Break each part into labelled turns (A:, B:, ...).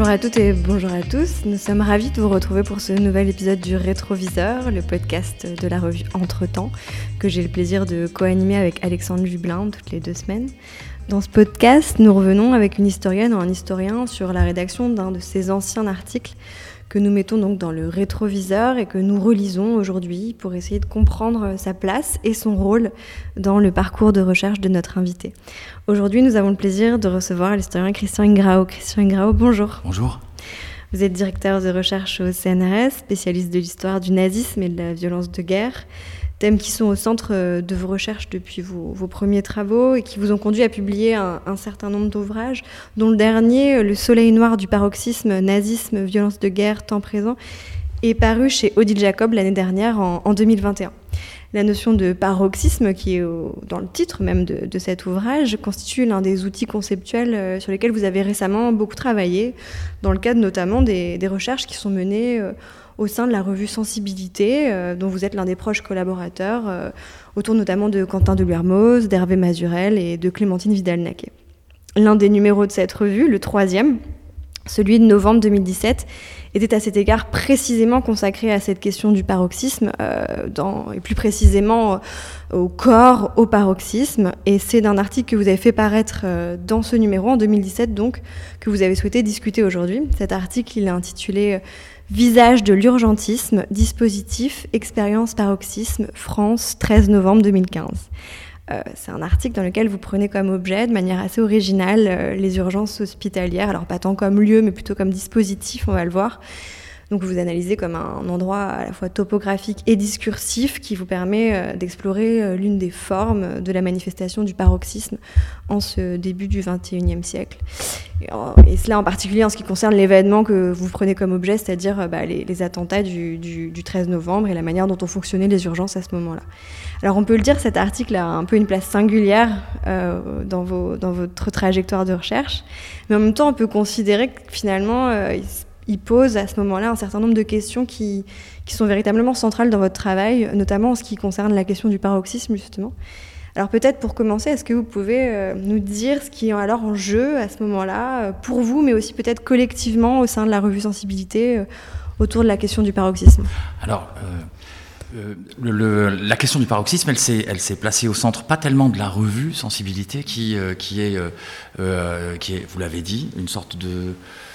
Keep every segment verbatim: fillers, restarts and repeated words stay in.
A: Bonjour à toutes et bonjour à tous. Nous sommes ravis de vous retrouver pour ce nouvel épisode du Rétroviseur, le podcast de la revue Entretemps, que j'ai le plaisir de co-animer avec Alexandre Jublin toutes les deux semaines. Dans ce podcast, nous revenons avec une historienne ou un historien sur la rédaction d'un de ces anciens articles que nous mettons donc dans le rétroviseur et que nous relisons aujourd'hui pour essayer de comprendre sa place et son rôle dans le parcours de recherche de notre invité. Aujourd'hui, nous avons le plaisir de recevoir l'historien Christian Ingrao. Christian Ingrao, bonjour.
B: Bonjour.
A: Vous êtes directeur de recherche au C N R S, spécialiste de l'histoire du nazisme et de la violence de guerre, thèmes qui sont au centre de vos recherches depuis vos, vos premiers travaux et qui vous ont conduit à publier un, un certain nombre d'ouvrages, dont le dernier, Le soleil noir du paroxysme, nazisme, violence de guerre, temps présent, est paru chez Odile Jacob l'année dernière, en, en deux mille vingt et un. La notion de paroxysme, qui est au, dans le titre même de, de cet ouvrage, constitue l'un des outils conceptuels sur lesquels vous avez récemment beaucoup travaillé, dans le cadre notamment des, des recherches qui sont menées euh, au sein de la revue Sensibilité, euh, dont vous êtes l'un des proches collaborateurs, euh, autour notamment de Quentin de Lermoz, d'Hervé Mazurel et de Clémentine Vidal-Naquet. L'un des numéros de cette revue, le troisième, celui de novembre deux mille dix-sept, était à cet égard précisément consacré à cette question du paroxysme, euh, dans, et plus précisément euh, au corps, au paroxysme. Et c'est d'un article que vous avez fait paraître euh, dans ce numéro, en deux mille dix-sept donc, que vous avez souhaité discuter aujourd'hui. Cet article, il est intitulé « Visage de l'urgentisme, dispositif, expérience paroxysme, France, treize novembre deux mille quinze ». Euh, c'est un article dans lequel vous prenez comme objet, de manière assez originale, euh, les urgences hospitalières, alors pas tant comme lieu, mais plutôt comme dispositif, on va le voir. Donc vous analysez comme un endroit à la fois topographique et discursif qui vous permet euh, d'explorer euh, l'une des formes de la manifestation du paroxysme en ce début du vingt et unième siècle. Et, euh, et cela en particulier en ce qui concerne l'événement que vous prenez comme objet, c'est-à-dire euh, bah, les, les attentats du, du, du treize novembre et la manière dont ont fonctionné les urgences à ce moment-là. Alors on peut le dire, cet article a un peu une place singulière euh, dans, vos, dans votre trajectoire de recherche, mais en même temps on peut considérer que finalement euh, il, il pose à ce moment-là un certain nombre de questions qui, qui sont véritablement centrales dans votre travail, notamment en ce qui concerne la question du paroxysme justement. Alors peut-être pour commencer, est-ce que vous pouvez euh, nous dire ce qui est alors en jeu à ce moment-là, euh, pour vous, mais aussi peut-être collectivement au sein de la revue Sensibilité, euh, autour de la question du paroxysme ?
B: Alors, euh... Euh, le, le, la question du paroxysme, elle s'est, elle s'est placée au centre, pas tellement de la revue Sensibilité, qui, euh, qui, est, euh, euh, qui est, vous l'avez dit, une sorte de,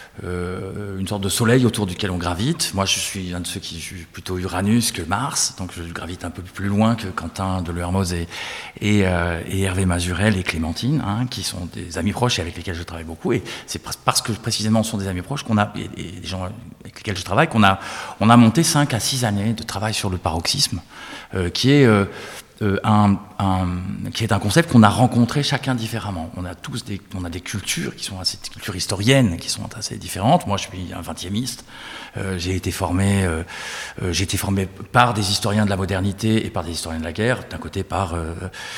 B: euh, une sorte de soleil autour duquel on gravite. Moi, je suis un de ceux qui suis plutôt Uranus que Mars, donc je gravite un peu plus loin que Quentin de Lermoz et, et, euh, et Hervé Mazurel et Clémentine, hein, qui sont des amis proches et avec lesquels je travaille beaucoup. Et c'est parce que précisément ce sont des amis proches qu'on a, et, et des gens avec lesquels je travaille, qu'on a, on a monté cinq à six années de travail sur le paroxysme, euh, qui est euh, euh, un, un, qui est un concept qu'on a rencontré chacun différemment. On a tous des, on a des cultures qui sont assez, des cultures historiennes qui sont assez différentes. Moi, je suis un vingtiémiste. Euh, j'ai été formé, euh, euh, j'ai été formé par des historiens de la modernité et par des historiens de la guerre. D'un côté par euh,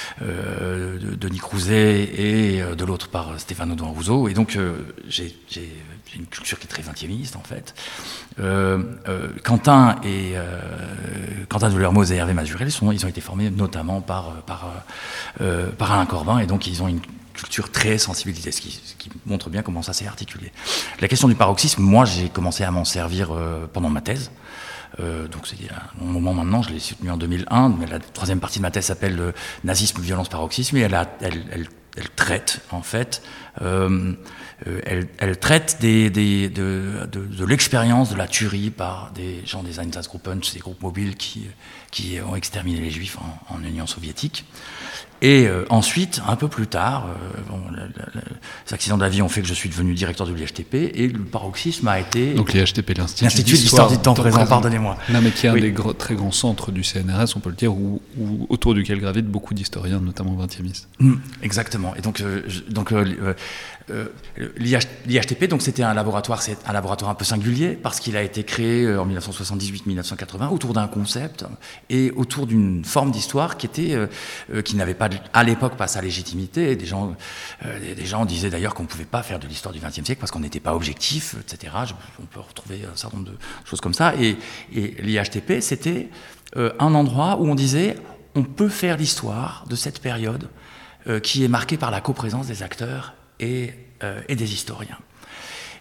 B: euh, Denis Crouzet et euh, de l'autre par Stéphane Audouin-Rousseau. Et donc, euh, j'ai, j'ai J'ai une culture qui est très vingtiémiste en fait. Euh, euh, Quentin et euh, Quentin de Lermoz et Hervé Mazurel sont, ils ont été formés notamment par par euh, par Alain Corbin et donc ils ont une culture très sensibilité, ce qui, ce qui montre bien comment ça s'est articulé. La question du paroxysme, moi j'ai commencé à m'en servir euh, pendant ma thèse. Euh, donc c'est un moment maintenant, je l'ai soutenue en deux mille un, mais la troisième partie de ma thèse s'appelle euh, Nazisme, violence, paroxysme, et elle, a, elle, elle, elle traite en fait, euh, elle, elle traite des, des, de, de, de l'expérience de la tuerie par des gens des Einsatzgruppen, ces groupes mobiles qui, qui ont exterminé les Juifs en, en Union soviétique. Et euh, ensuite, un peu plus tard, euh, bon, la, la, les accidents de la vie ont fait que je suis devenu directeur de l'I H T P et le paroxysme a été...
C: Donc l'I H T P, l'Institut,
B: l'Institut d'Histoire du temps présent,
C: présent,
B: pardonnez-moi.
C: Non, mais qui est un
B: oui.
C: des gros, très grands centres du C N R S, on peut le dire, où, où, autour duquel gravitent beaucoup d'historiens, notamment vingtiémistes.
B: Mmh, exactement. Et donc, euh, je, donc euh, euh, l'I H T P, donc c'était un laboratoire, c'est un laboratoire un peu singulier parce qu'il a été créé euh, en dix-neuf cent soixante-dix-huit dix-neuf cent quatre-vingts autour d'un concept et autour d'une forme d'histoire qui était, euh, euh, qui n'avait pas à l'époque pas sa légitimité. Et des gens, euh, des, des gens disaient d'ailleurs qu'on ne pouvait pas faire de l'histoire du vingtième siècle parce qu'on n'était pas objectif, et cetera. Je, on peut retrouver un certain nombre de choses comme ça. Et, et l'I H T P, c'était euh, un endroit où on disait on peut faire l'histoire de cette période euh, qui est marquée par la coprésence des acteurs et, euh, et des historiens.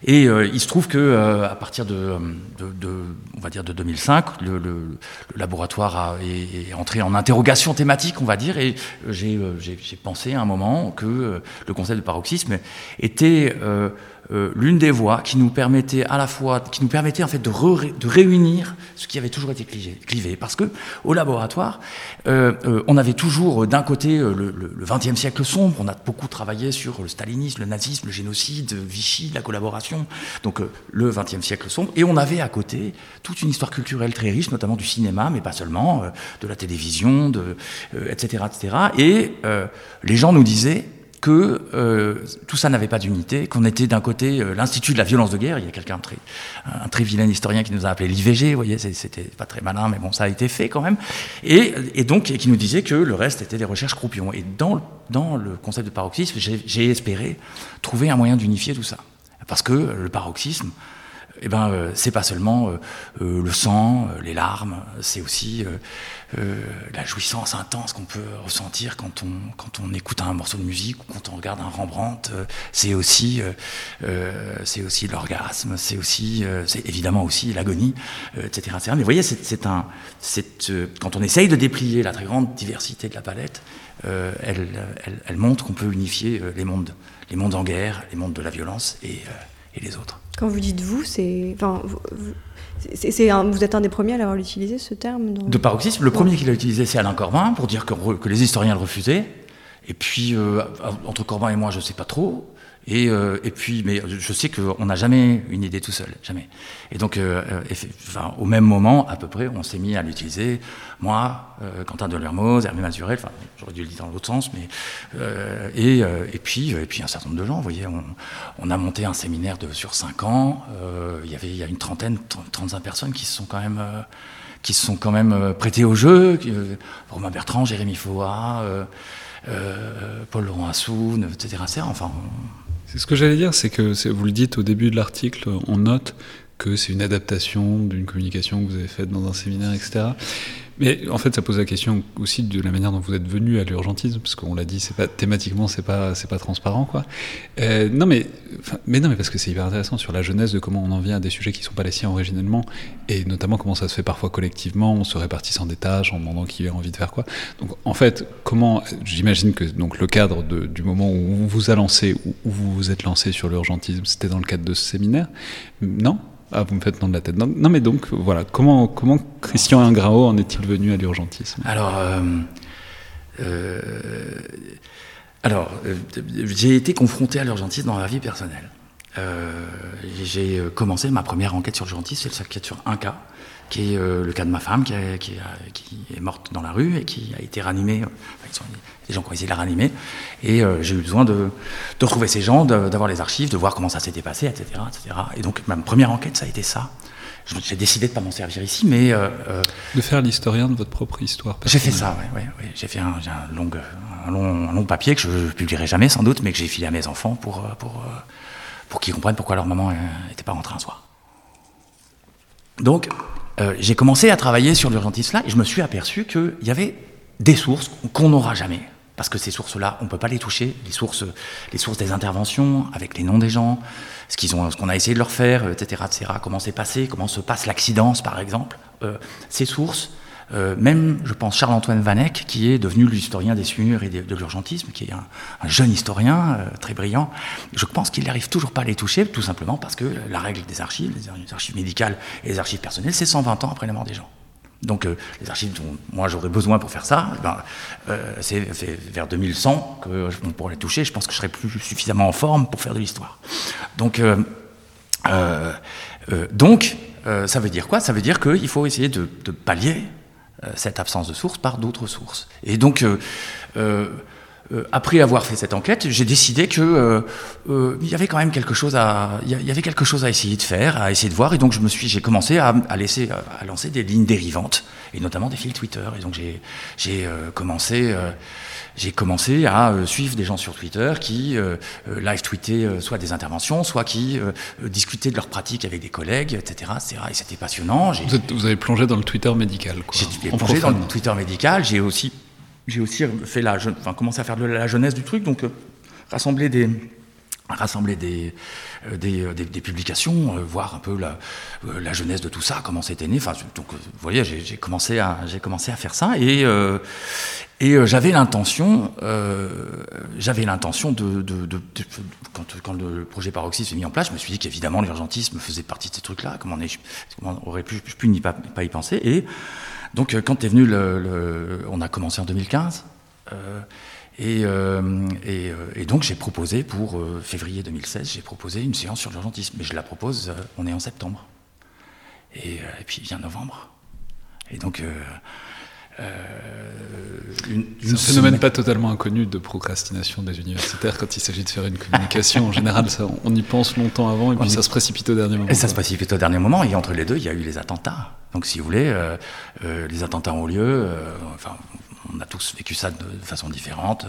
B: Et euh, il se trouve que euh, à partir de, de, de, on va dire de deux mille cinq, le, le, le laboratoire a, est, est entré en interrogation thématique, on va dire, et j'ai, j'ai, j'ai pensé à un moment que euh, le concept de paroxysme était euh, euh, l'une des voies qui nous permettait à la fois, qui nous permettait en fait de, re, de réunir ce qui avait toujours été clivé, clivé. Parce que au laboratoire, euh, euh, on avait toujours d'un côté euh, le, le, le vingtième siècle sombre. On a beaucoup travaillé sur le stalinisme, le nazisme, le génocide, Vichy, la collaboration. Donc euh, le vingtième siècle sombre. Et on avait à côté toute une histoire culturelle très riche, notamment du cinéma, mais pas seulement, euh, de la télévision, de, euh, et cetera, et cetera. Et euh, les gens nous disaient que euh, tout ça n'avait pas d'unité, qu'on était d'un côté euh, l'Institut de la violence de guerre. Il y a quelqu'un très, un très vilain historien qui nous a appelé l'I V G, vous voyez, c'était pas très malin, mais bon, ça a été fait quand même, et, et donc et qui nous disait que le reste était des recherches croupions. Et dans, dans le concept de paroxysme, j'ai, j'ai espéré trouver un moyen d'unifier tout ça, parce que le paroxysme, eh ben, euh, c'est pas seulement euh, euh, le sang, euh, les larmes, c'est aussi euh, euh, la jouissance intense qu'on peut ressentir quand on, quand on écoute un morceau de musique ou quand on regarde un Rembrandt. Euh, c'est aussi, euh, euh, c'est aussi l'orgasme, c'est aussi, euh, c'est évidemment aussi l'agonie, euh, et cetera, et cetera. Mais vous voyez, c'est, c'est un, c'est, euh, quand on essaye de déplier la très grande diversité de la palette, euh, elle, elle, elle montre qu'on peut unifier euh, les mondes, les mondes en guerre, les mondes de la violence et, euh, et les autres.
A: Quand vous dites vous, c'est, enfin, vous, c'est, c'est un, vous êtes un des premiers à l'avoir utilisé, ce terme dans...
B: De paroxysme, le premier ouais. qui l'a utilisé, c'est Alain Corbin, pour dire que, que les historiens le refusaient. Et puis, euh, entre Corbin et moi, je ne sais pas trop. Et, euh, et puis, mais je sais qu'on n'a jamais une idée tout seul, jamais. Et donc, euh, et, enfin, au même moment, à peu près, on s'est mis à l'utiliser. Moi, euh, Quentin Delermoz, Hermé Mazurel, enfin, j'aurais dû le dire dans l'autre sens, mais euh, et, euh, et puis, et puis un certain nombre de gens. Vous voyez, on, on a monté un séminaire de sur cinq ans. Euh, il y avait, il y a une trentaine, trente-cinq personnes qui se sont quand même, euh, qui se sont quand même prêtées au jeu. Euh, Romain Bertrand, Jérémy Foa, euh, euh, Paul Laurent Assoun, et cetera, et cetera. Enfin. On,
C: C'est ce que j'allais dire, c'est que c'est, vous le dites au début de l'article, on note que c'est une adaptation d'une communication que vous avez faite dans un séminaire, et cetera. Mais en fait, ça pose la question aussi de la manière dont vous êtes venu à l'urgentisme, parce qu'on l'a dit, c'est pas thématiquement, c'est pas, c'est pas transparent, quoi. Euh, non, mais, mais non, mais parce que c'est hyper intéressant sur la jeunesse de comment on en vient à des sujets qui sont pas les siens originellement, et notamment comment ça se fait parfois collectivement, en se répartissant des tâches, en demandant qui a envie de faire quoi. Donc, en fait, comment, j'imagine que donc le cadre de, du moment où on vous a lancé, où, où vous vous êtes lancé sur l'urgentisme, c'était dans le cadre de ce séminaire, non? Ah, vous me faites non de la tête. Non, non mais donc, voilà, comment, comment Christian Ingrao en est-il venu à l'urgentisme ?
B: Alors, euh, euh, alors euh, j'ai été confronté à l'urgentisme dans ma vie personnelle. Euh, j'ai commencé ma première enquête sur l'urgentisme, c'est l'enquête sur un cas, qui est euh, le cas de ma femme, qui, a, qui, a, qui est morte dans la rue et qui a été ranimée. Enfin, ils sont, des gens qui ont essayé de la ranimer. Et euh, j'ai eu besoin de, de retrouver ces gens, de, d'avoir les archives, de voir comment ça s'était passé, et cetera, et cetera. Et donc, ma première enquête, ça a été ça. J'ai décidé de ne pas m'en servir ici, mais... Euh,
C: de faire l'historien de votre propre histoire.
B: J'ai fait ça, oui. Ouais, ouais. J'ai fait un, j'ai un, long, un, long, un long papier que je ne publierai jamais, sans doute, mais que j'ai filé à mes enfants pour, pour, pour qu'ils comprennent pourquoi leur maman n'était pas rentrée un soir. Donc, euh, j'ai commencé à travailler sur l'urgentisme là, et je me suis aperçu qu'il y avait des sources qu'on n'aura jamais. Parce que ces sources-là, on ne peut pas les toucher, les sources, les sources des interventions, avec les noms des gens, ce, qu'ils ont, ce qu'on a essayé de leur faire, et cetera, et cetera, comment c'est passé, comment se passe l'accidence, par exemple. Euh, ces sources, euh, même, je pense, Charles-Antoine Vanek, qui est devenu l'historien des SMUR et de, de l'urgentisme, qui est un, un jeune historien, euh, très brillant, je pense qu'il n'arrive toujours pas à les toucher, tout simplement parce que la règle des archives, les archives médicales et les archives personnelles, c'est cent vingt ans après la mort des gens. Donc euh, les archives dont moi j'aurais besoin pour faire ça, ben, euh, c'est, c'est vers deux mille cent qu'on pourrait les toucher. Je pense que je serais plus suffisamment en forme pour faire de l'histoire. Donc, euh, euh, euh, donc euh, ça veut dire quoi ? Ça veut dire qu'il faut essayer de, de pallier euh, cette absence de sources par d'autres sources. Et donc, euh, euh, euh, après avoir fait cette enquête, j'ai décidé que euh, euh, il y avait quand même quelque chose à, il y avait quelque chose à essayer de faire, à essayer de voir. Et donc je me suis, j'ai commencé à, à laisser, à lancer des lignes dérivantes, et notamment des fils Twitter. Et donc j'ai, j'ai euh, commencé, euh, j'ai commencé à euh, suivre des gens sur Twitter qui euh, euh, live tweetaient euh, soit des interventions, soit qui euh, euh, discutaient de leurs pratiques avec des collègues, et cetera, et cetera. Et c'était passionnant. J'ai,
C: vous, êtes, vous avez plongé dans le Twitter médical, quoi.
B: J'ai plongé dans le Twitter médical. J'ai aussi J'ai aussi fait la, enfin, commencé à faire de la jeunesse du truc, donc euh, rassembler des, rassembler des, euh, des, des, des publications, euh, voir un peu la, euh, la jeunesse de tout ça, comment c'était né. Enfin, donc, euh, vous voyez, j'ai, j'ai, commencé à, j'ai commencé à faire ça et, euh, et euh, j'avais l'intention, euh, j'avais l'intention de, de, de, de, de quand, quand le projet Paroxysme s'est mis en place, je me suis dit qu'évidemment l'urgentisme faisait partie de ces trucs-là, comment on, est, comment on aurait pu, pu n'y pas, pas y penser. Et donc, quand est venu le, le, on a commencé en deux mille quinze. Euh, Et, euh, et, et donc j'ai proposé pour euh, février deux mille seize, j'ai proposé une séance sur l'urgentisme. Mais je la propose, euh, on est en septembre. Et, euh, et puis vient novembre. Et donc... Euh, euh, une,
C: C'est un phénomène pas totalement inconnu de procrastination des universitaires quand il s'agit de faire une communication. En général, ça, on y pense longtemps avant et puis ça se précipite au dernier moment.
B: Et ça se précipite au dernier moment. Et entre les deux, il y a eu les attentats. Donc si vous voulez, euh, euh, les attentats ont lieu... Euh, enfin, on a tous vécu ça de, de façon différente,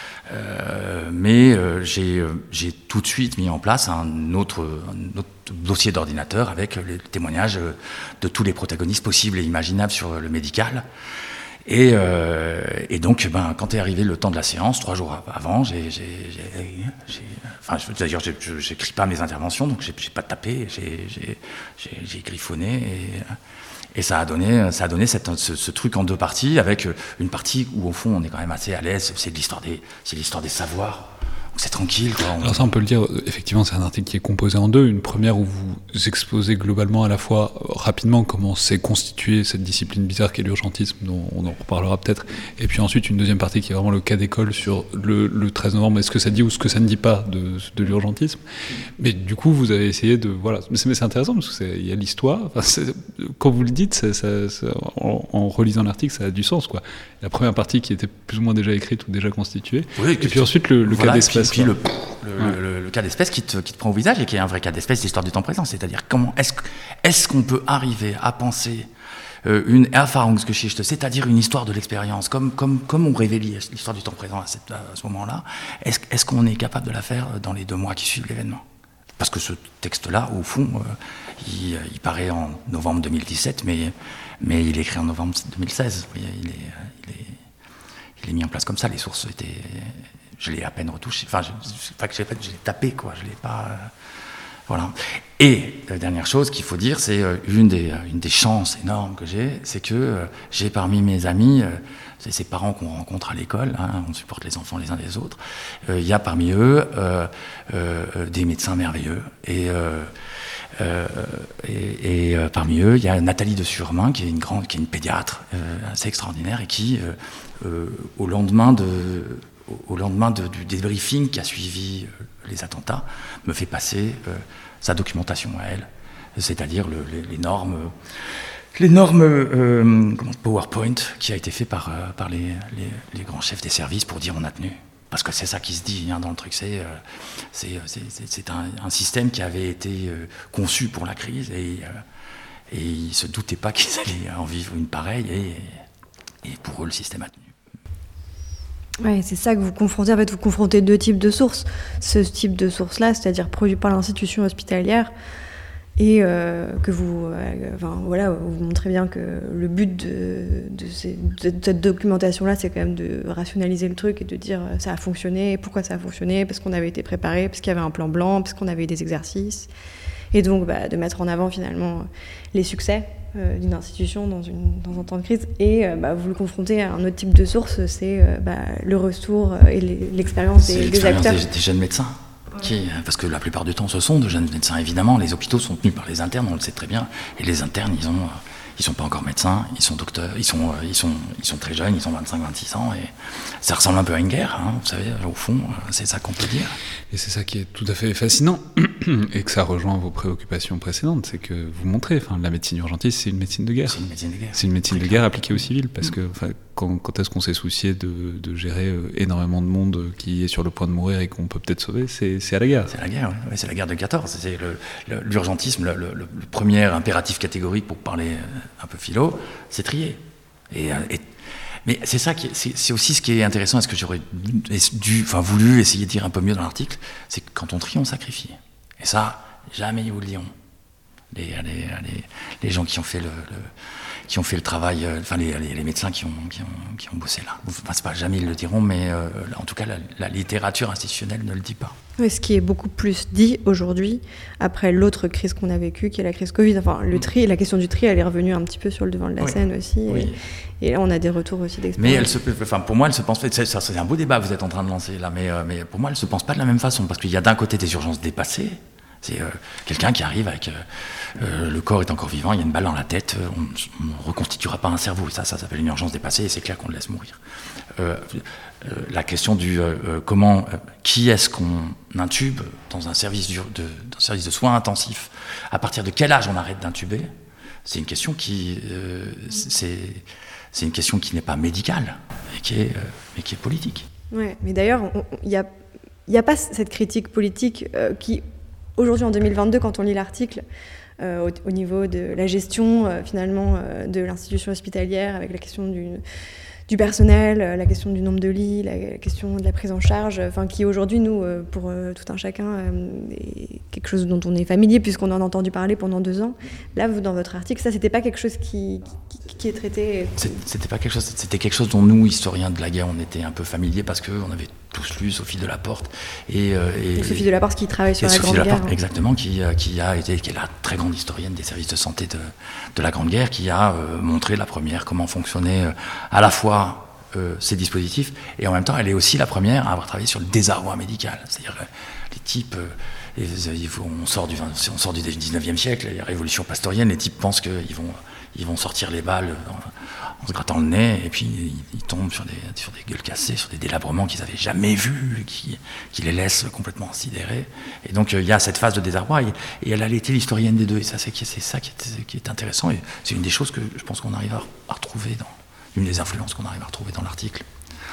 B: euh, mais euh, j'ai, euh, j'ai tout de suite mis en place un autre, un autre dossier d'ordinateur avec les témoignages de tous les protagonistes possibles et imaginables sur le médical. Et, euh, et donc, ben, quand est arrivé le temps de la séance, trois jours avant, j'ai, j'ai, j'ai, j'ai enfin, je, d'ailleurs, je, je, j'écris pas mes interventions, donc j'ai, j'ai pas tapé, j'ai, j'ai, j'ai, j'ai griffonné et... Et ça a donné, ça a donné cette, ce, ce truc en deux parties, avec une partie où, au fond, on est quand même assez à l'aise. C'est l'histoire des, c'est l'histoire des savoirs. C'est tranquille, quoi. On...
C: Alors ça, on peut le dire, effectivement, c'est un article qui est composé en deux. Une première où vous exposez globalement à la fois rapidement comment s'est constituée cette discipline bizarre qu'est l'urgentisme, dont on en reparlera peut-être, et puis ensuite une deuxième partie qui est vraiment le cas d'école sur le, le treize novembre, est-ce que ça dit ou ce que ça ne dit pas de, de l'urgentisme. Mais du coup, vous avez essayé de... Voilà, mais c'est, mais c'est intéressant parce qu'il y a l'histoire. Enfin, c'est, quand vous le dites, ça, ça, ça, en, en relisant l'article, ça a du sens, quoi. La première partie qui était plus ou moins déjà écrite ou déjà constituée, oui, et puis ensuite le, le voilà, cas d'espèce.
B: Puis, puis le, le, ouais. le, le cas d'espèce qui te, qui te prend au visage et qui est un vrai cas d'espèce d'histoire du temps présent. C'est-à-dire, comment est-ce, est-ce qu'on peut arriver à penser euh, une Erfahrungsgeschichte, c'est-à-dire une histoire de l'expérience, comme, comme, comme on révèle l'histoire du temps présent à, cette, à ce moment-là, est-ce, est-ce qu'on est capable de la faire dans les deux mois qui suivent l'événement ? Parce que ce texte-là, au fond, euh, il, il paraît en novembre deux mille dix-sept, mais, mais il est écrit en novembre deux mille seize. Vous voyez, il est, il est, il est mis en place comme ça. Les sources étaient... Je l'ai à peine retouché. Enfin, je, pas que j'ai fait, je l'ai tapé, quoi. Je l'ai pas... Euh, voilà. Et la dernière chose qu'il faut dire, c'est euh, une, des, une des chances énormes que j'ai, c'est que euh, j'ai parmi mes amis... Euh, c'est ces parents qu'on rencontre à l'école, hein, on supporte les enfants les uns des autres. Il euh, y a parmi eux euh, euh, des médecins merveilleux. Et, euh, euh, et, et euh, parmi eux, il y a Nathalie de Surmain, qui est une grande, qui est une pédiatre euh, assez extraordinaire et qui, euh, euh, au lendemain de, au lendemain de, du débriefing qui a suivi euh, les attentats, me fait passer euh, sa documentation à elle, c'est-à-dire le, les, les normes. Euh, L'énorme euh, PowerPoint qui a été fait par, euh, par les, les, les grands chefs des services pour dire on a tenu. Parce que c'est ça qui se dit hein, dans le truc, c'est, euh, c'est, c'est, c'est un, un système qui avait été euh, conçu pour la crise et, euh, et ils ne se doutaient pas qu'ils allaient en vivre une pareille et, et pour eux le système a tenu.
A: Ouais, c'est ça que vous confrontez. En fait, vous confrontez deux types de sources. Ce type de source-là, c'est-à-dire produit par l'institution hospitalière, et euh, que vous, euh, enfin, voilà, vous montrez bien que le but de, de, ces, de cette documentation-là, c'est quand même de rationaliser le truc et de dire euh, ça a fonctionné, pourquoi ça a fonctionné, parce qu'on avait été préparé, parce qu'il y avait un plan blanc, parce qu'on avait eu des exercices, et donc bah, de mettre en avant finalement les succès euh, d'une institution dans, une, dans un temps de crise, et euh, bah, vous le confrontez à un autre type de source, c'est euh, bah, le retour et l'expérience des, des acteurs.
B: Des, des jeunes médecins. Qui, parce que la plupart du temps, ce sont de jeunes médecins, évidemment. Les hôpitaux sont tenus par les internes, on le sait très bien. Et les internes, ils ont, ils sont pas encore médecins, ils sont docteurs, ils sont, ils sont, ils sont très jeunes, ils ont vingt-cinq vingt-six ans. Et ça ressemble un peu à une guerre, hein, vous savez, au fond, c'est ça qu'on peut dire.
C: Et c'est ça qui est tout à fait fascinant, et que ça rejoint vos préoccupations précédentes, c'est que vous montrez, enfin, la médecine urgentiste, c'est une médecine de guerre.
B: C'est une médecine de guerre.
C: C'est une médecine de guerre appliquée aux civils, parce mmh. que, enfin, quand, quand est-ce qu'on s'est soucié de, de gérer euh, énormément de monde qui est sur le point de mourir et qu'on peut peut-être sauver, c'est, c'est à la guerre.
B: C'est la guerre, oui. C'est la guerre de quatorze. C'est le, le, l'urgentisme, le, le, le premier impératif catégorique pour parler un peu philo, c'est trier. Et, et mais c'est ça qui est, c'est, c'est aussi ce qui est intéressant, et ce que j'aurais dû, enfin voulu essayer de dire un peu mieux dans l'article, c'est que quand on trie, on sacrifie. Et ça, jamais ils vous le diront. Les, les, les, les gens qui ont fait le, le qui ont fait le travail, euh, enfin les, les, les médecins qui ont, qui, ont, qui ont bossé là. Enfin, c'est pas jamais ils le diront, mais euh, là, en tout cas, la, la littérature institutionnelle ne le dit pas.
A: Oui, ce qui est beaucoup plus dit aujourd'hui, après l'autre crise qu'on a vécue, qui est la crise Covid. Enfin, le tri, la question du tri, elle est revenue un petit peu sur le devant de la oui. scène aussi. Oui. Et, et là, on a des retours aussi d'expérience.
B: Mais elle se, enfin, pour moi, elle se pense. C'est, c'est un beau débat que vous êtes en train de lancer là, mais, euh, mais pour moi, elle se pense pas de la même façon, parce qu'il y a d'un côté des urgences dépassées. C'est euh, quelqu'un qui arrive avec euh, euh, le corps est encore vivant, il y a une balle dans la tête, on ne reconstituera pas un cerveau. Ça, ça s'appelle une urgence dépassée et c'est clair qu'on le laisse mourir. Euh, euh, la question du euh, comment, euh, qui est-ce qu'on intube dans un service de, de, dans un service de soins intensifs, à partir de quel âge on arrête d'intuber, c'est une question qui, euh, c'est, c'est une question qui n'est pas médicale, mais qui est, euh, mais qui est politique.
A: Ouais, mais d'ailleurs, il n'y a, y a pas cette critique politique euh, qui aujourd'hui, en deux mille vingt-deux, quand on lit l'article, euh, au, au niveau de la gestion, euh, finalement, euh, de l'institution hospitalière, avec la question du, du personnel, euh, la question du nombre de lits, la, la question de la prise en charge, enfin, qui aujourd'hui, nous, euh, pour euh, tout un chacun, euh, est quelque chose dont on est familier, puisqu'on en a entendu parler pendant deux ans. Là, vous, dans votre article, ça, c'était pas quelque chose qui, qui, qui est traité...
B: C'est, c'était pas quelque chose, c'était quelque chose dont nous, historiens de la guerre, on était un peu familiers, parce qu'on avait tous lu Sophie Delaporte et, euh, et,
A: et Sophie Delaporte qui travaille sur la
B: Sophie
A: Grande
B: Delaporte,
A: Guerre,
B: exactement, qui, qui a été, qui est la très grande historienne des services de santé de, de la Grande Guerre, qui a euh, montré la première comment fonctionnaient euh, à la fois euh, ces dispositifs et en même temps, elle est aussi la première à avoir travaillé sur le désarroi médical, c'est-à-dire euh, les types. Euh, et, on sort du on sort du dix-neuvième siècle, la révolution pastorienne, les types pensent qu'ils vont ils vont sortir les balles en, en se grattant le nez, et puis ils, ils tombent sur des, sur des gueules cassées, sur des délabrements qu'ils n'avaient jamais vus, qui, qui les laissent complètement sidérés. Et donc il euh, y a cette phase de désarroi, et, et elle a été l'historienne des deux, et ça, c'est, c'est ça qui est, qui est intéressant, et c'est une des choses que je pense qu'on arrive à, à retrouver, dans, une des influences qu'on arrive à retrouver dans l'article.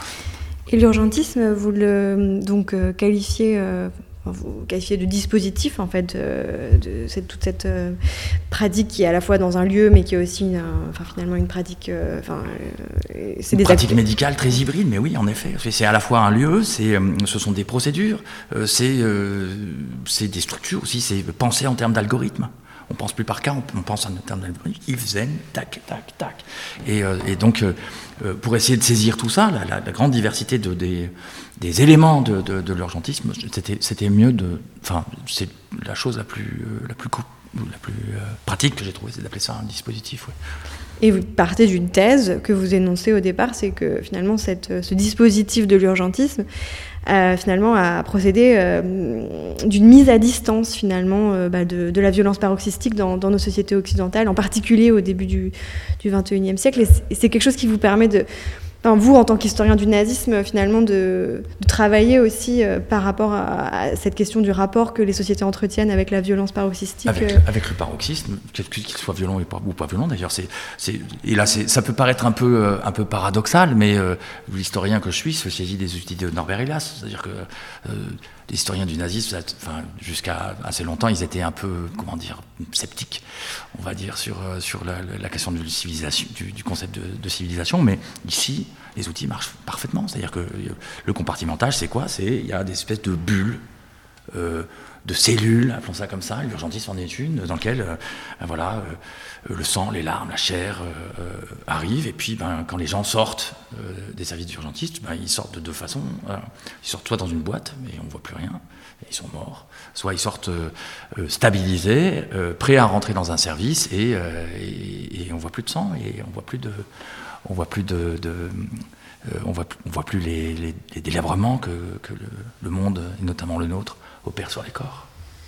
A: Et l'urgentisme, vous le donc, euh, qualifiez... Euh... vous qualifiez de dispositif en fait euh, de cette, toute cette euh, pratique qui est à la fois dans un lieu mais qui est aussi une, enfin, finalement une pratique euh, enfin,
B: euh, c'est une des pratique actes... médicale très hybride, mais oui en effet c'est à la fois un lieu, c'est, ce sont des procédures, euh, c'est, euh, c'est des structures aussi, c'est penser en termes d'algorithme. On pense plus par cas, on pense en termes d'algorithme, if, then, tac, tac, tac. Et, euh, et donc, euh, pour essayer de saisir tout ça, la, la, la grande diversité de, des, des éléments de, de, de l'urgentisme, c'était, c'était mieux de... Enfin, c'est la chose la plus, la plus, la plus euh, pratique que j'ai trouvée, c'est d'appeler ça un dispositif, ouais.
A: Et vous partez d'une thèse que vous énoncez au départ, c'est que finalement cette, ce dispositif de l'urgentisme euh, finalement a procédé euh, d'une mise à distance finalement euh, bah, de, de la violence paroxystique dans, dans nos sociétés occidentales, en particulier au début du, du vingt et unième siècle. Et c'est, et c'est quelque chose qui vous permet de... Enfin, vous, en tant qu'historien du nazisme, finalement, de, de travailler aussi euh, par rapport à, à cette question du rapport que les sociétés entretiennent avec la violence paroxystique.
B: Avec,
A: euh...
B: avec le paroxysme, qu'il soit violent ou pas, ou pas violent d'ailleurs. C'est, c'est, et là, c'est, ça peut paraître un peu, euh, un peu paradoxal, mais euh, l'historien que je suis se saisit des outils de Norbert Elias. C'est-à-dire que euh, les historiens du nazisme, enfin, jusqu'à assez longtemps, ils étaient un peu, comment dire, sceptiques, on va dire, sur, sur la, la question de civilisation, du, du concept de, de civilisation. Mais ici, les outils marchent parfaitement. C'est-à-dire que le compartimentage, c'est quoi ? C'est, il y a des espèces de bulles, euh, de cellules, appelons ça comme ça. L'urgentisme en est une, dans laquelle, euh, ben voilà, euh, le sang, les larmes, la chair euh, euh, arrivent. Et puis, ben, quand les gens sortent euh, des services d'urgentistes, ben, ils sortent de deux façons. Voilà. Ils sortent soit dans une boîte, mais on ne voit plus rien, et ils sont morts. Soit ils sortent euh, stabilisés, euh, prêts à rentrer dans un service, et, euh, et, et on ne voit plus de sang, et on ne voit plus de... On voit plus de, de euh, on voit, on voit plus les, les, les délabrements que, que le, le monde, et notamment le nôtre, opère sur les corps.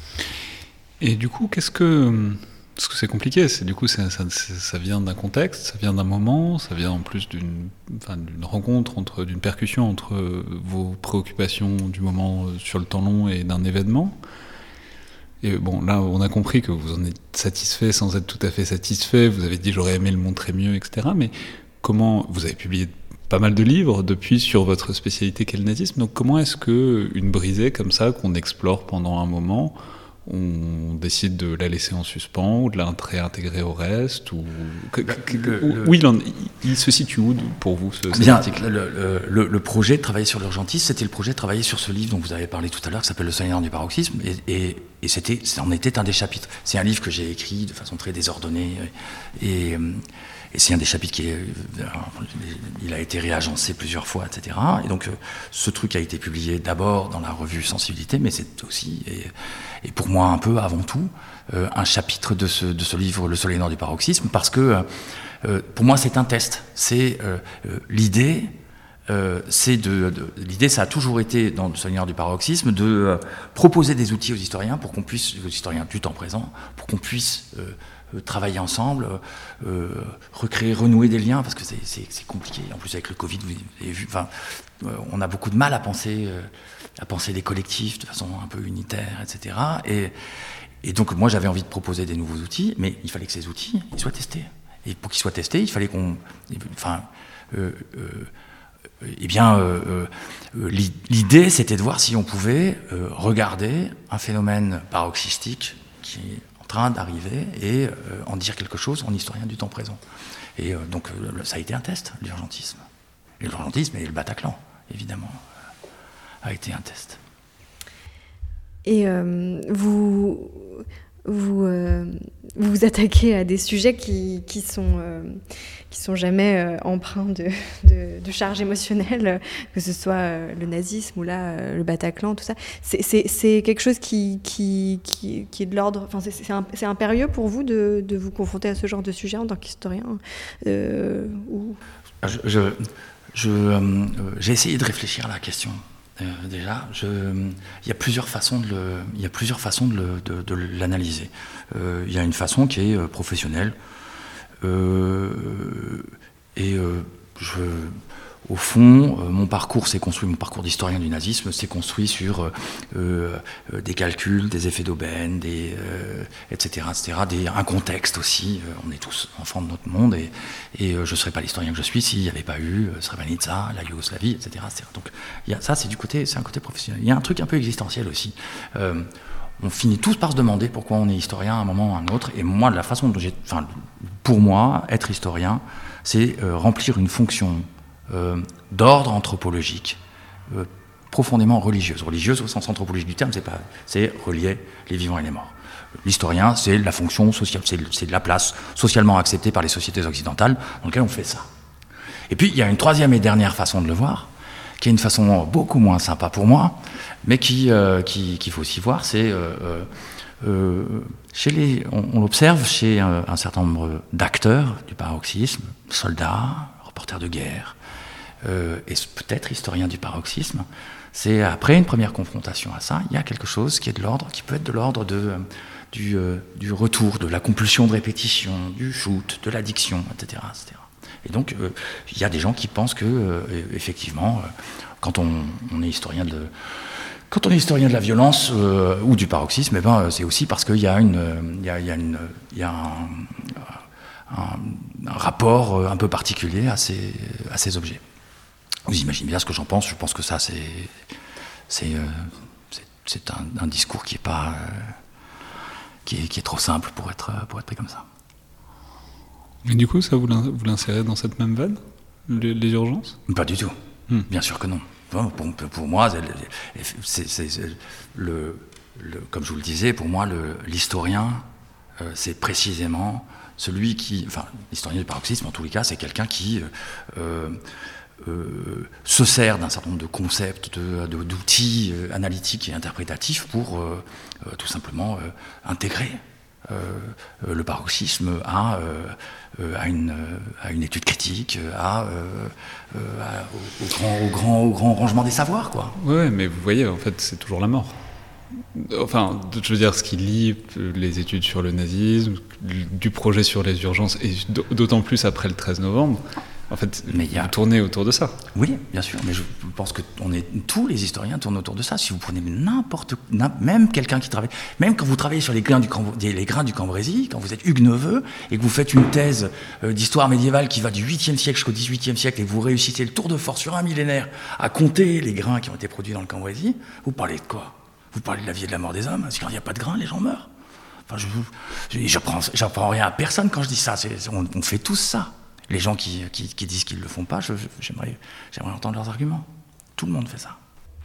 C: Et du coup, qu'est-ce que... Parce que c'est compliqué, c'est, du coup, c'est, ça, c'est, ça vient d'un contexte, ça vient d'un moment, ça vient en plus d'une, enfin, d'une rencontre, entre, d'une percussion entre vos préoccupations du moment sur le temps long et d'un événement. Et bon, là, on a compris que vous en êtes satisfait sans être tout à fait satisfait, vous avez dit « j'aurais aimé le montrer mieux », et cetera. Mais comment... Vous avez publié pas mal de livres depuis sur votre spécialité qu'est le nazisme, donc comment est-ce qu'une brisée comme ça, qu'on explore pendant un moment, on décide de la laisser en suspens ou de la réintégrer au reste ou... Le, le, où il, en, il se situe où pour vous ce, cet
B: bien,
C: article
B: le, le, le projet de travailler sur l'urgentisme, c'était le projet de travailler sur ce livre dont vous avez parlé tout à l'heure, qui s'appelle Le soignant du paroxysme, et, et, et c'était, c'en était un des chapitres. C'est un livre que j'ai écrit de façon très désordonnée, et, et c'est un des chapitres qui est, il a été réagencé plusieurs fois, et cetera. Et donc, ce truc a été publié d'abord dans la revue Sensibilité, mais c'est aussi, et, et pour moi un peu avant tout, euh, un chapitre de ce, de ce livre, Le Soleil noir du paroxysme, parce que euh, pour moi c'est un test. C'est euh, euh, l'idée, euh, c'est de, de l'idée, ça a toujours été dans Le Soleil noir du paroxysme de euh, proposer des outils aux historiens pour qu'on puisse, aux historiens du temps présent, pour qu'on puisse euh, travailler ensemble, euh, recréer, renouer des liens, parce que c'est, c'est, c'est compliqué. En plus, avec le Covid, vous avez vu, enfin, euh, on a beaucoup de mal à penser, euh, à penser les collectifs de façon un peu unitaire, et cetera. Et, et donc, moi, j'avais envie de proposer des nouveaux outils, mais il fallait que ces outils ils soient testés. Et pour qu'ils soient testés, il fallait qu'on... Enfin, euh, euh, eh bien, euh, euh, l'idée, c'était de voir si on pouvait euh, regarder un phénomène paroxystique qui est train d'arriver et euh, en dire quelque chose en historien du temps présent. Et euh, donc euh, ça a été un test, l'urgentisme. Et l'urgentisme et le Bataclan, évidemment, euh, a été un test.
A: Et euh, vous, vous, euh, vous vous attaquez à des sujets qui, qui sont, euh, qui sont jamais euh, empreints de, de, de charge émotionnelle, que ce soit euh, le nazisme ou là euh, le Bataclan, tout ça. C'est, c'est, c'est quelque chose qui, qui, qui, qui est de l'ordre. Enfin, c'est, c'est, un, c'est impérieux pour vous de, de vous confronter à ce genre de sujet en tant qu'historien euh, ou...
B: je, je, je, euh, J'ai essayé de réfléchir à la question. Euh, déjà, je, il y a plusieurs façons de, le, il y a plusieurs façons de, le, de, de l'analyser. Euh, il y a une façon qui est euh, professionnelle. Euh, et euh, je, au fond, euh, mon parcours s'est construit, mon parcours d'historien du nazisme s'est construit sur euh, euh, des calculs, des effets d'aubaine, des, euh, et cetera, et cetera, des, un contexte aussi. Euh, on est tous enfants de notre monde et, et euh, je ne serais pas l'historien que je suis s'il n'y avait pas eu euh, Srebrenica, la Yougoslavie, et cetera, et cetera. Donc y a, ça, c'est du côté, c'est un côté professionnel. Il y a un truc un peu existentiel aussi. Euh, on finit tous par se demander pourquoi on est historien à un moment ou à un autre. Et moi, la façon dont j'ai, enfin, pour moi, être historien, c'est euh, remplir une fonction Euh, d'ordre anthropologique, euh, profondément religieuse. Religieuse au sens anthropologique du terme, c'est, pas, c'est relier les vivants et les morts. L'historien, c'est la fonction sociale, c'est, c'est la place socialement acceptée par les sociétés occidentales dans laquelle on fait ça. Et puis, il y a une troisième et dernière façon de le voir, qui est une façon beaucoup moins sympa pour moi, mais qui, euh, qui, qu'il faut aussi voir, c'est... Euh, euh, chez les, on, on l'observe chez un, un certain nombre d'acteurs du paroxysme, soldats, reporters de guerre, Euh, et peut-être historien du paroxysme, c'est après une première confrontation à ça, il y a quelque chose qui est de l'ordre, qui peut être de l'ordre de, euh, du, euh, du retour, de la compulsion de répétition, du shoot, de l'addiction, et cetera, et cetera. Et donc, euh, il y a des gens qui pensent que, euh, effectivement, euh, quand on, on est historien de, quand on est historien de la violence euh, ou du paroxysme, eh ben, c'est aussi parce qu'il y a une, il y a, il y a une, il y a un, un, un rapport un peu particulier à ces, à ces objets. Vous imaginez bien ce que j'en pense. Je pense que ça, c'est, c'est, euh, c'est, c'est un, un discours qui est pas, euh, qui est, qui est trop simple pour être, pour être pris comme ça.
C: Et du coup, ça vous, vous l'insérez dans cette même vanne, les, les urgences ?
B: Pas du tout. Hmm. Bien sûr que non. Pour, pour moi, c'est, c'est, c'est le, le, comme je vous le disais, pour moi, le, l'historien, euh, c'est précisément celui qui, enfin, l'historien du paroxysme, en tous les cas, c'est quelqu'un qui euh, Euh, se sert d'un certain nombre de concepts, de, de, d'outils euh, analytiques et interprétatifs pour euh, euh, tout simplement euh, intégrer euh, euh, le paroxysme à, euh, à, une, à une étude critique, à, euh, euh, à, au, au, grand, au, grand, au grand rangement des savoirs, quoi.
C: Ouais, mais vous voyez, en fait, c'est toujours la mort. Enfin, je veux dire, ce qui lie les études sur le nazisme, du projet sur les urgences, et d'autant plus après le treize novembre, en fait, mais il y a tourné autour de ça.
B: Oui, bien sûr, mais je pense que on est, tous les historiens tournent autour de ça. Si vous prenez n'importe, même quelqu'un qui travaille, même quand vous travaillez sur les grains du, les grains du Cambrésis, quand vous êtes Hugues Neveu et que vous faites une thèse d'histoire médiévale qui va du huitième siècle jusqu'au dix-huitième siècle et que vous réussissez le tour de force sur un millénaire à compter les grains qui ont été produits dans le Cambrésis, vous parlez de quoi ? Vous parlez de la vie et de la mort des hommes, parce qu'il n'y a pas de grains, les gens meurent. Enfin, je n'apprends j'apprends rien à personne quand je dis ça. C'est, on, on fait tous ça. Les gens qui, qui, qui disent qu'ils ne le font pas, je, j'aimerais, j'aimerais entendre leurs arguments. Tout le monde fait ça.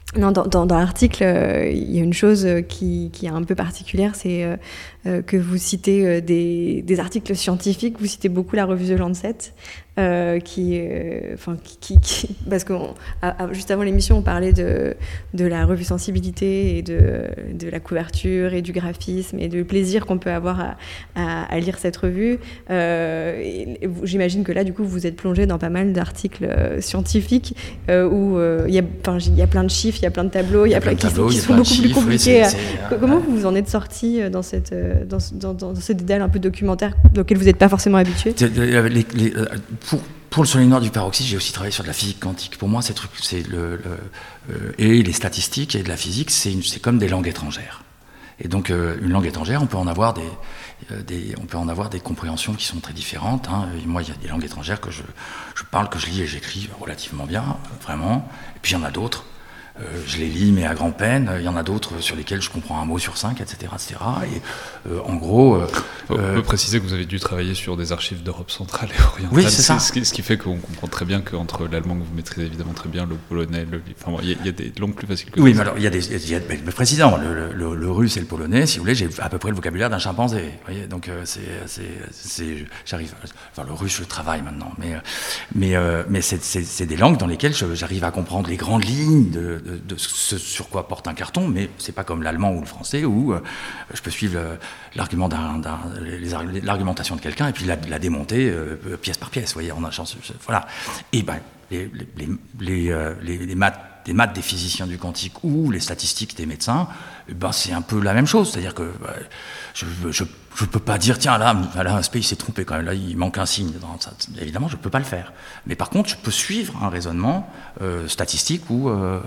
A: Non, dans, dans, dans l'article, euh, il y a une chose qui, qui est un peu particulière, c'est euh, euh, que vous citez euh, des, des articles scientifiques, vous citez beaucoup la revue The Lancet, euh, qui, euh, enfin, qui, qui, qui, parce que on, à, à, juste avant l'émission, on parlait de, de la revue Sensibilité et de, de la couverture et du graphisme et du plaisir qu'on peut avoir à, à, à lire cette revue. Euh, et, et vous, j'imagine que là, du coup, vous êtes plongé dans pas mal d'articles euh, scientifiques euh, où il y a, enfin, il y a plein de chiffres, il y a plein de tableaux, il y a plein, plein de tableaux, qui, qui sont beaucoup chiffres, plus compliqués. Oui, c'est, c'est, Comment euh, vous vous en êtes sorti dans cette dans, dans, dans, dans ce dédale un peu documentaire auquel vous n'êtes pas forcément habitué?
B: les, les, les, pour, pour le solenoid du peroxyde, j'ai aussi travaillé sur de la physique quantique. Pour moi, ces trucs, c'est le, le euh, et les statistiques et de la physique, c'est, une, c'est comme des langues étrangères. Et donc, euh, une langue étrangère, on peut en avoir des, euh, des, on peut en avoir des compréhensions qui sont très différentes. Hein. Moi, il y a des langues étrangères que je, je parle, que je lis et j'écris relativement bien, vraiment. Et puis, il y en a d'autres. Euh, je les lis, mais à grand-peine. Il y en a d'autres sur lesquels je comprends un mot sur cinq, et cetera, et cetera. Et euh, en gros, euh,
C: on peut préciser que vous avez dû travailler sur des archives d'Europe centrale et orientale.
B: Oui, c'est ça.
C: Ce qui, ce qui fait qu'on comprend très bien qu'entre l'allemand que vous maîtrisez évidemment très bien, le polonais, le, enfin, il y, y a des langues plus faciles que
B: oui,
C: ça.
B: mais alors il y a des, il y a, mais précisément, le, le, le russe et le polonais, si vous voulez, j'ai à peu près le vocabulaire d'un chimpanzé. Vous voyez, donc euh, c'est, c'est, c'est, j'arrive. Enfin, le russe, je travaille maintenant, mais, mais, euh, mais c'est, c'est, c'est des langues dans lesquelles je, j'arrive à comprendre les grandes lignes de, de, de ce sur quoi porte un carton, mais c'est pas comme l'allemand ou le français où euh, je peux suivre le, l'argument d'un, d'un, les, l'argumentation de quelqu'un et puis la, la démonter euh, pièce par pièce. Vous voyez, on a chance, voilà. Et ben les les les, euh, les, les maths, les maths des physiciens du quantique ou les statistiques des médecins, ben c'est un peu la même chose. C'est-à-dire que ben, je, je je peux pas dire tiens là là un space s'est trompé quand même, là il manque un signe. Ça, évidemment, je peux pas le faire. Mais par contre, je peux suivre un raisonnement euh, statistique ou euh,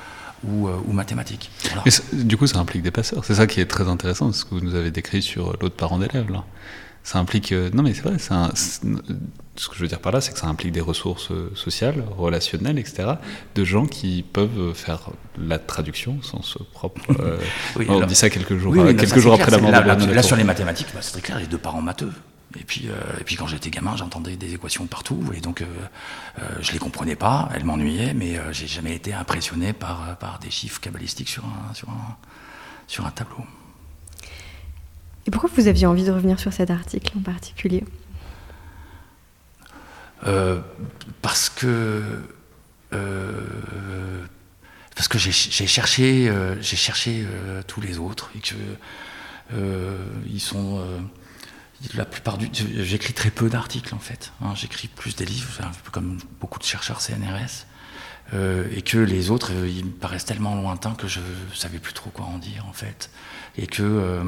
B: Ou, euh, ou mathématiques. Voilà.
C: Mais du coup, ça implique des passeurs. C'est ça qui est très intéressant, ce que vous nous avez décrit sur l'autre parent d'élève. Là. Ça implique... Euh, non, mais c'est vrai, c'est un, c'est, ce que je veux dire par là, c'est que ça implique des ressources sociales, relationnelles, et cetera, de gens qui peuvent faire la traduction au sens propre. Euh, oui, on alors, dit ça quelques jours,
B: oui, oui,
C: quelques jours après la mort de
B: Là,
C: de
B: là sur les mathématiques, bah, c'est très clair, les deux parents matheux. Et puis, euh, et puis quand j'étais gamin, j'entendais des équations partout, et donc euh, euh, je les comprenais pas, elles m'ennuyaient, mais euh, j'ai jamais été impressionné par, par des chiffres cabalistiques sur un, sur, un, sur un tableau.
A: Et pourquoi vous aviez envie de revenir sur cet article en particulier ?
B: euh, Parce que euh, parce que j'ai, j'ai cherché, euh, j'ai cherché euh, tous les autres et que euh, ils sont euh, la plupart du, j'écris très peu d'articles en fait. Hein, j'écris plus des livres, un peu comme beaucoup de chercheurs C N R S, euh, et que les autres, euh, ils me paraissent tellement lointains que je savais plus trop quoi en dire en fait, et que euh,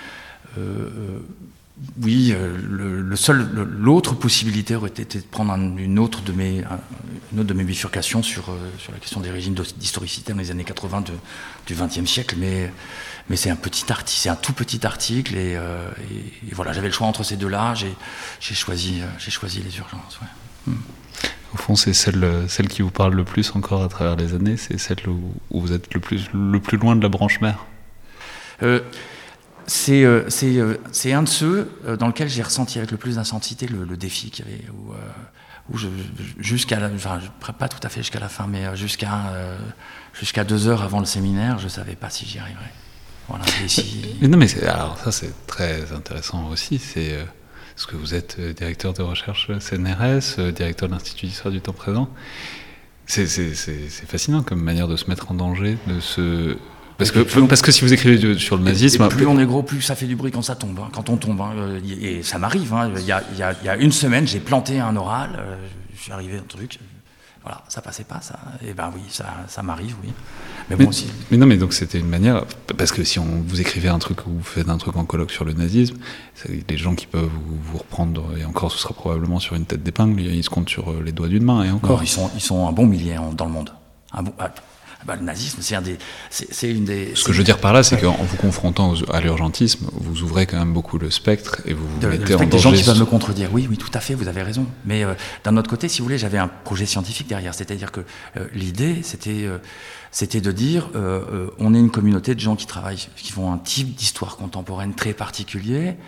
B: euh, oui, euh, le, le seul, le, l'autre possibilité aurait été de prendre un, une autre de mes, un, une autre de mes bifurcations sur euh, sur la question des régimes d'historicité dans les années quatre-vingts de, du vingtième siècle, mais mais c'est un petit article, c'est un tout petit article, et, euh, et, et voilà, j'avais le choix entre ces deux-là, j'ai j'ai choisi euh, j'ai choisi les urgences. Ouais. Hmm.
C: Au fond, c'est celle celle qui vous parle le plus encore à travers les années, c'est celle où, où vous êtes le plus le plus loin de la branche mère.
B: Euh, C'est, euh, c'est, euh, c'est un de ceux euh, dans lequel j'ai ressenti avec le plus d'intensité le, le défi qu'il y avait, où, euh, où je, jusqu'à la, enfin, pas tout à fait jusqu'à la fin, mais jusqu'à, euh, jusqu'à deux heures avant le séminaire, je ne savais pas si j'y arriverais. Voilà, et si...
C: mais non, mais c'est, alors ça c'est très intéressant aussi, c'est euh, parce que vous êtes euh, directeur de recherche C N R S, euh, directeur de l'Institut d'histoire du temps présent. C'est, c'est, c'est, c'est fascinant comme manière de se mettre en danger, de se... Parce que, on, parce que si vous écrivez sur le nazisme...
B: Et plus on est gros, plus ça fait du bruit quand ça tombe, hein, quand on tombe. Hein, et ça m'arrive. Hein, il, y a, il, y a, il y a une semaine, j'ai planté un oral, euh, je suis arrivé à un truc, voilà, ça passait pas, ça. Et ben oui, ça, ça m'arrive, oui. Mais,
C: mais
B: bon aussi...
C: Mais non, mais donc c'était une manière... Parce que si on, vous écrivez un truc ou vous faites un truc en colloque sur le nazisme, c'est les gens qui peuvent vous, vous reprendre, et encore ce sera probablement sur une tête d'épingle, ils se comptent sur les doigts d'une main, et encore.
B: Non, ils sont, ils sont un bon millier dans le monde. Un bon... Bah, le nazisme, c'est, un des, c'est, c'est une des...
C: Ce que je veux dire par là, c'est qu'en vous confrontant aux, à l'urgentisme, vous ouvrez quand même beaucoup le spectre et vous vous
B: de,
C: mettez
B: en danger.
C: Des
B: gens qui peuvent me contredire. Oui, oui, tout à fait, vous avez raison. Mais euh, d'un autre côté, si vous voulez, j'avais un projet scientifique derrière. C'est-à-dire que euh, l'idée, c'était, euh, c'était de dire, euh, euh, on est une communauté de gens qui travaillent, qui font un type d'histoire contemporaine très particulier,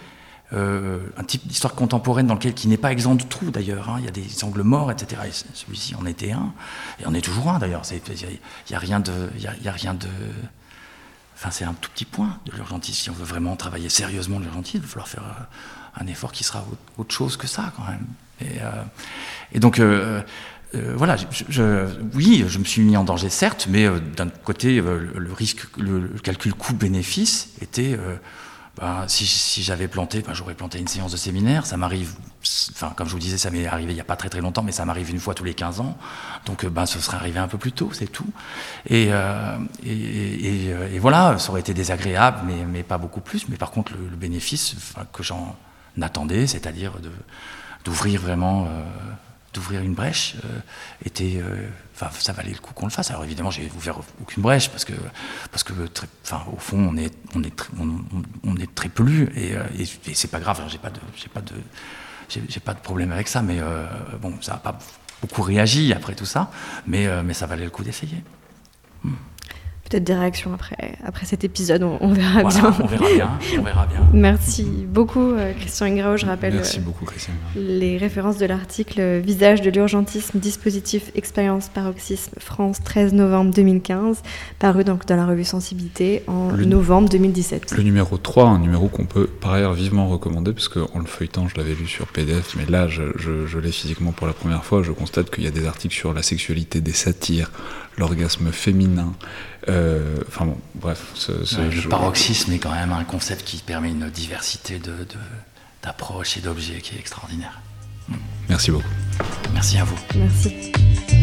B: euh, un type d'histoire contemporaine dans lequel qui n'est pas exempt de trous d'ailleurs. Hein. Il y a des angles morts, et cetera. Et celui-ci en était un, et en est toujours un d'ailleurs. Il n'y a, a rien de, il y a, y a rien de. Enfin, c'est un tout petit point de l'urgentisme. Si on veut vraiment travailler sérieusement l'urgentisme, il va falloir faire euh, un effort qui sera autre chose que ça quand même. Et, euh, et donc. Euh, Euh, voilà, je, je, oui, je me suis mis en danger, certes, mais euh, d'un côté, euh, le, le risque, le, le calcul coût-bénéfice était, euh, ben, si, si j'avais planté, ben, j'aurais planté une séance de séminaire, ça m'arrive, enfin, comme je vous disais, ça m'est arrivé il n'y a pas très très longtemps, mais ça m'arrive une fois tous les quinze ans, donc ben, ce serait arrivé un peu plus tôt, c'est tout. Et, euh, et, et, et, et voilà, ça aurait été désagréable, mais, mais pas beaucoup plus, mais par contre, le, le bénéfice enfin, que j'en attendais, c'est-à-dire de, d'ouvrir vraiment... Euh, d'ouvrir une brèche euh, était, enfin, euh, ça valait le coup qu'on le fasse. Alors évidemment, j'ai ouvert aucune brèche parce que, parce que, enfin, au fond, on est, on est, très, on, on est très pelu et, et, et c'est pas grave. J'ai pas de, j'ai pas de, j'ai, j'ai pas de problème avec ça. Mais euh, bon, ça a pas beaucoup réagi après tout ça, mais, euh, mais ça valait le coup d'essayer. Hmm.
A: Peut-être des réactions après, après cet épisode, on, on verra
B: voilà,
A: bien.
B: On verra bien, on verra bien.
A: Merci beaucoup Christian Ingrao, je rappelle
C: Merci beaucoup, Christian.
A: les références de l'article « Visage de l'urgentisme, dispositif, expérience, paroxysme, France, treize novembre deux mille quinze », paru donc dans la revue Sensibilité en le, novembre deux mille dix-sept.
C: Le numéro trois, un numéro qu'on peut par ailleurs vivement recommander, parce qu'en le feuilletant, je l'avais lu sur P D F, mais là, je, je, je l'ai physiquement pour la première fois, je constate qu'il y a des articles sur la sexualité des satyres, l'orgasme féminin, euh, enfin bon, bref. Ce, ce
B: ouais,
C: je...
B: Le paroxysme est quand même un concept qui permet une diversité de, de, d'approches et d'objets qui est extraordinaire.
C: Merci beaucoup.
B: Merci à vous.
A: Merci.